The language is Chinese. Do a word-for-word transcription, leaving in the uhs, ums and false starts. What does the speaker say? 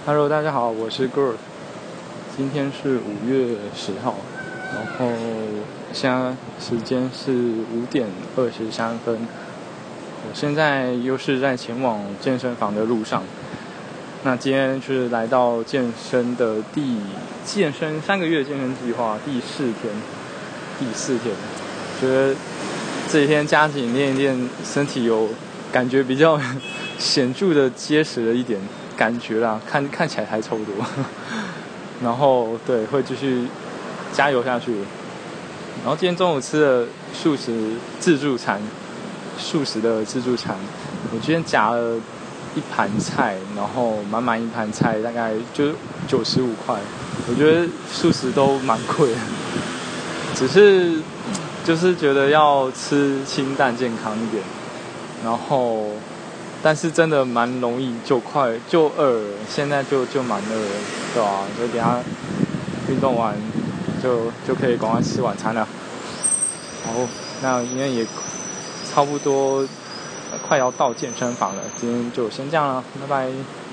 Hello，大家好，我是 Girl。今天是五月十号，然后现在时间是五点二十三分。我现在又是在前往健身房的路上。那今天是来到健身的第健身三个月健身计划第四天，第四天，觉得这几天加紧练一练，身体有感觉比较显著的结实了一点感觉啦，看看起来还差不多。然后对，会继续加油下去。然后今天中午吃了素食自助餐，素食的自助餐，我今天夹了一盘菜，然后满满一盘菜大概就九十五块。我觉得素食都蛮贵的，只是就是觉得要吃清淡健康一点，然后但是真的蛮容易就快就饿了，现在就就蛮饿了，对吧、啊？所以等一下运动完就就可以赶快吃晚餐了。好，那今天也差不多快要到健身房了，今天就先这样了，拜拜。